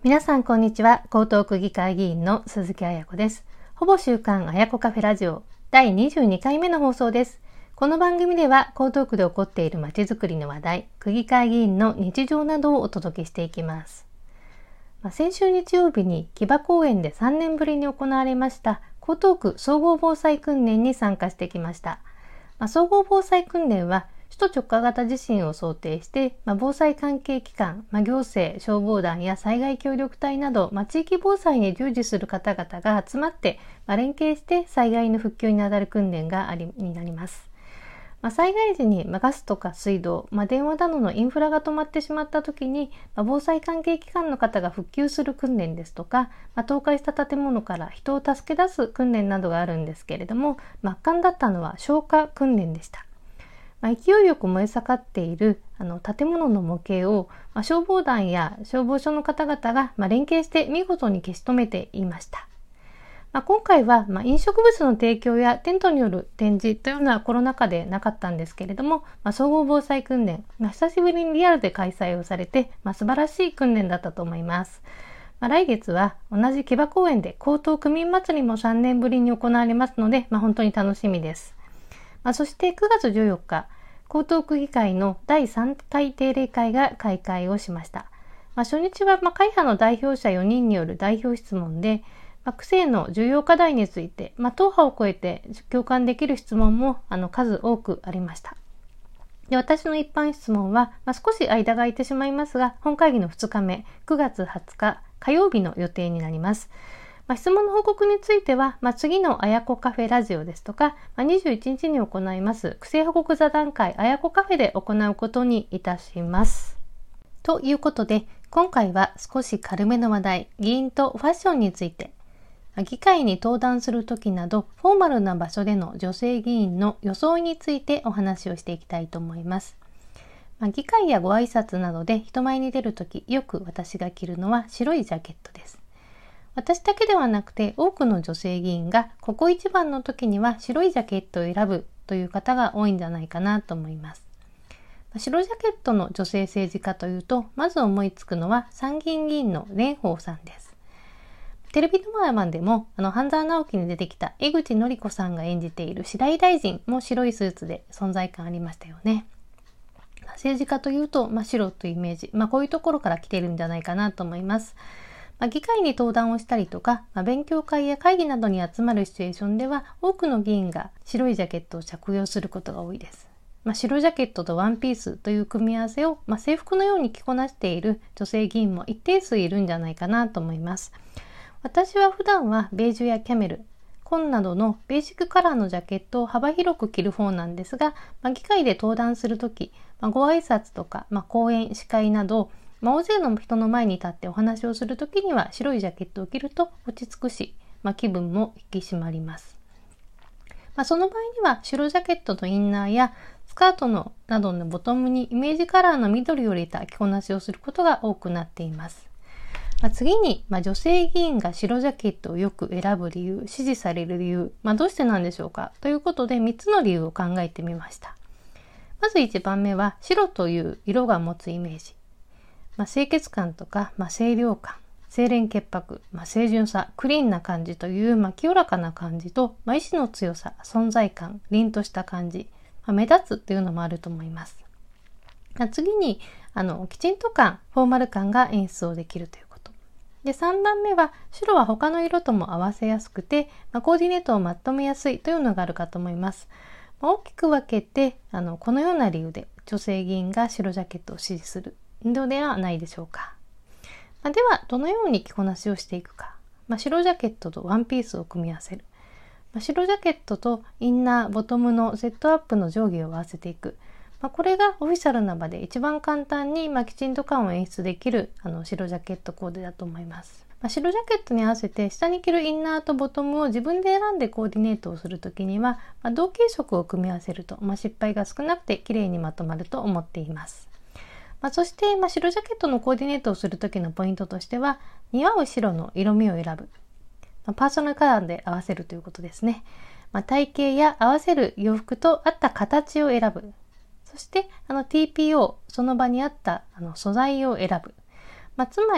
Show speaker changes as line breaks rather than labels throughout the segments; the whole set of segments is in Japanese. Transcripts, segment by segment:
皆さんこんにちは。江東区議会議員の鈴木彩子です。ほぼ週刊彩子カフェラジオ第22回目の放送です。この番組では江東区で起こっているまちづくりの話題、区議会議員の日常などをお届けしていきます。先週日曜日に木場公園で3年ぶりに行われました江東区総合防災訓練に参加してきました。総合防災訓練は首都直下型地震を想定して、防災関係機関、行政、消防団や災害協力隊など、地域防災に従事する方々が集まって、連携して災害の復旧に当たる訓練になります。災害時にガスとか水道、電話などのインフラが止まってしまった時に、防災関係機関の方が復旧する訓練ですとか、倒壊した建物から人を助け出す訓練などがあるんですけれども、圧巻だったのは消火訓練でした。勢いよく燃え盛っている建物の模型を、消防団や消防署の方々が、連携して見事に消し止めていました。今回は、飲食物の提供やテントによる展示というのはコロナ禍でなかったんですけれども、総合防災訓練、久しぶりにリアルで開催をされて、素晴らしい訓練だったと思います。来月は同じ木場公園で江東区民祭りも3年ぶりに行われますので、本当に楽しみです。そして9月14日、江東区議会の第3回定例会が開会をしました。初日は会派の代表者4人による代表質問で、区政の重要課題について、党派を超えて共感できる質問も数多くありました。で、私の一般質問は、少し間が空いてしまいますが、本会議の2日目、9月20日火曜日の予定になります。質問の報告については、次のあやこカフェラジオですとか、21日に行います区政報告座談会あやこカフェで行うことにいたします。ということで、今回は少し軽めの話題、議員とファッションについて、議会に登壇するときなど、フォーマルな場所での女性議員の装いについてお話をしていきたいと思います。議会やご挨拶などで人前に出るとき、よく私が着るのは白いジャケットです。私だけではなくて多くの女性議員がここ一番の時には白いジャケットを選ぶという方が多いんじゃないかなと思います。白ジャケットの女性政治家というと、まず思いつくのは参議院議員の蓮舫さんです。テレビドラマでも半沢直樹に出てきた江口のり子さんが演じている白井大臣も白いスーツで存在感ありましたよね。政治家というと、白というイメージ、こういうところから来ているんじゃないかなと思います。議会に登壇をしたりとか、勉強会や会議などに集まるシチュエーションでは多くの議員が白いジャケットを着用することが多いです。白ジャケットとワンピースという組み合わせを、制服のように着こなしている女性議員も一定数いるんじゃないかなと思います。私は普段はベージュやキャメル、紺などのベーシックカラーのジャケットを幅広く着る方なんですが、議会で登壇するとき、ご挨拶とか、講演、司会など、大勢の人の前に立ってお話をするときには白いジャケットを着ると落ち着くし、気分も引き締まります。その場合には白ジャケットのインナーやスカートなどのボトムにイメージカラーの緑を入れた着こなしをすることが多くなっています。次に、女性議員が白ジャケットをよく選ぶ理由、支持される理由、どうしてなんでしょうかということで3つの理由を考えてみました。まず1番目は白という色が持つイメージ。清潔感とか、清涼感、清廉潔白、清純さ、クリーンな感じという、清らかな感じと、意志の強さ、存在感、凛とした感じ、目立つっていうのもあると思います。次に、きちんと感、フォーマル感が演出をできるということ。で、3番目は、白は他の色とも合わせやすくて、コーディネートをまとめやすいというのがあるかと思います。大きく分けて、このような理由で、女性議員が白ジャケットを支持するのではないでしょうか。では、どのように着こなしをしていくか。白ジャケットとワンピースを組み合わせる。白ジャケットとインナー、ボトムのセットアップの上下を合わせていく。これがオフィシャルな場で一番簡単に、きちんと感を演出できる白ジャケットコーデだと思います。白ジャケットに合わせて下に着るインナーとボトムを自分で選んでコーディネートをするときには、同系色を組み合わせると、失敗が少なくて綺麗にまとまると思っています。そして、白ジャケットのコーディネートをするときのポイントとしては、似合う白の色味を選ぶ。パーソナルカラーで合わせるということですね。体型や合わせる洋服と合った形を選ぶ。そして、TPO、その場に合った素材を選ぶ。つまり、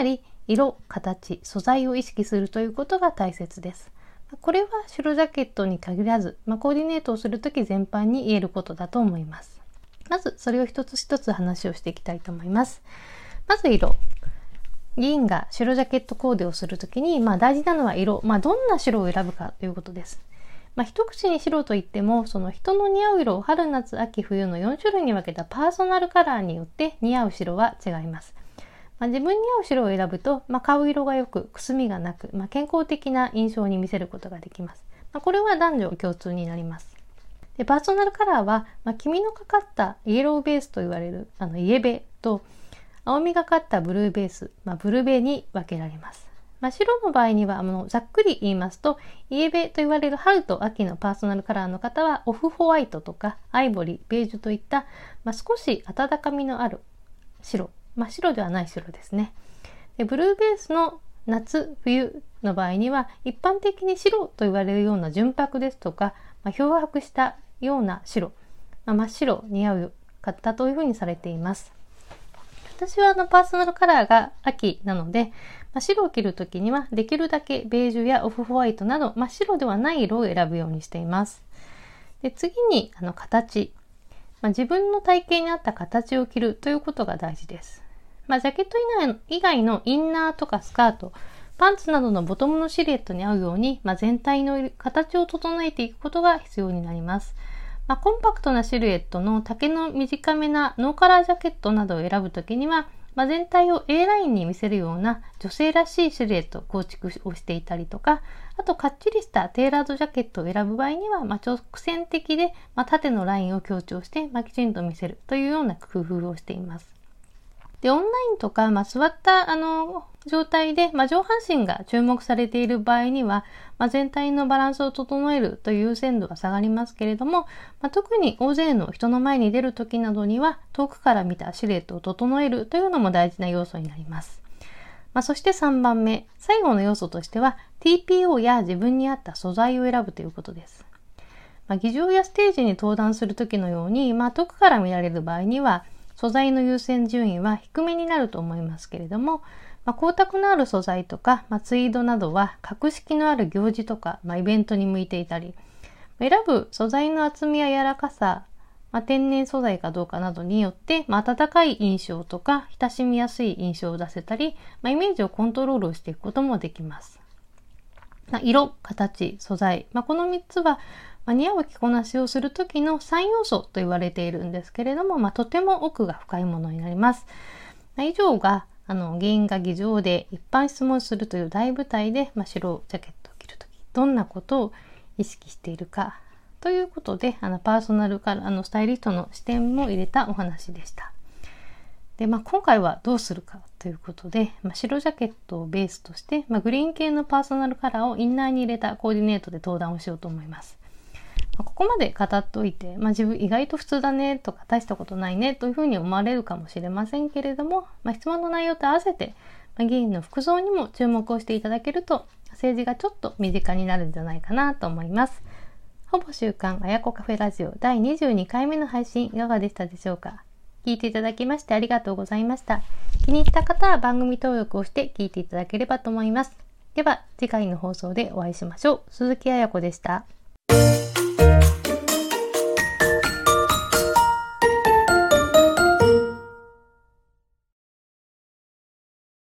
色、形、素材を意識するということが大切です。これは白ジャケットに限らず、コーディネートをするとき全般に言えることだと思います。まずそれを一つ一つ話をしていきたいと思います。まず色。議員が白ジャケットコーデをするときに、大事なのは色。どんな白を選ぶかということです。一口に白といっても、その人の似合う色を春夏秋冬の4種類に分けたパーソナルカラーによって似合う白は違います。自分に合う白を選ぶと、顔色が良く、くすみがなく、健康的な印象に見せることができます。これは男女共通になります。で、パーソナルカラーは、黄みのかかったイエローベースと言われるイエベと、青みがかったブルーベース、ブルベに分けられます。白の場合にはざっくり言いますと、イエベと言われる春と秋のパーソナルカラーの方はオフホワイトとかアイボリー、ベージュといった、少し温かみのある白、白ではない白ですね。で、ブルーベースの夏、冬の場合には一般的に白と言われるような純白ですとか、漂白したような白、真っ白似合う方というふうにされています。私はパーソナルカラーが秋なので、白を着るときにはできるだけベージュやオフホワイトなど真っ白ではない色を選ぶようにしています。で、次に形、自分の体型に合った形を着るということが大事です。ジャケット以外のインナーとかスカート、パンツなどのボトムのシルエットに合うように、全体の形を整えていくことが必要になります。コンパクトなシルエットの丈の短めなノーカラージャケットなどを選ぶときには、全体を A ラインに見せるような女性らしいシルエットを構築をしていたりとか、あとかっちりしたテーラードジャケットを選ぶ場合には、直線的で、縦のラインを強調して、きちんと見せるというような工夫をしています。で、オンラインとか、座った状態で、上半身が注目されている場合には、全体のバランスを整えるという優先度は下がりますけれども、特に大勢の人の前に出る時などには、遠くから見たシルエットを整えるというのも大事な要素になります。そして3番目、最後の要素としては、TPO や自分に合った素材を選ぶということです。議場やステージに登壇する時のように、遠くから見られる場合には、素材の優先順位は低めになると思いますけれども、光沢のある素材とか、ツイードなどは格式のある行事とか、イベントに向いていたり、選ぶ素材の厚みや柔らかさ、天然素材かどうかなどによって、温かい印象とか親しみやすい印象を出せたり、イメージをコントロールしていくこともできます。色、形、素材、この3つは似合う着こなしをするときの3要素と言われているんですけれども、とても奥が深いものになります。以上が議員が議場で一般質問するという大舞台で、白ジャケットを着るときどんなことを意識しているかということで、パーソナルカラースタイリストの視点も入れたお話でした。で、今回はどうするかということで、白ジャケットをベースとして、グリーン系のパーソナルカラーをインナーに入れたコーディネートで登壇をしようと思います。ここまで語っておいて、自分意外と普通だねとか大したことないねというふうに思われるかもしれませんけれども、質問の内容と合わせて、議員の服装にも注目をしていただけると、政治がちょっと身近になるんじゃないかなと思います。ほぼ週刊あやこカフェラジオ第22回目の配信いかがでしたでしょうか。聞いていただきましてありがとうございました。気に入った方は番組登録をして聞いていただければと思います。では次回の放送でお会いしましょう。鈴木あやこでした。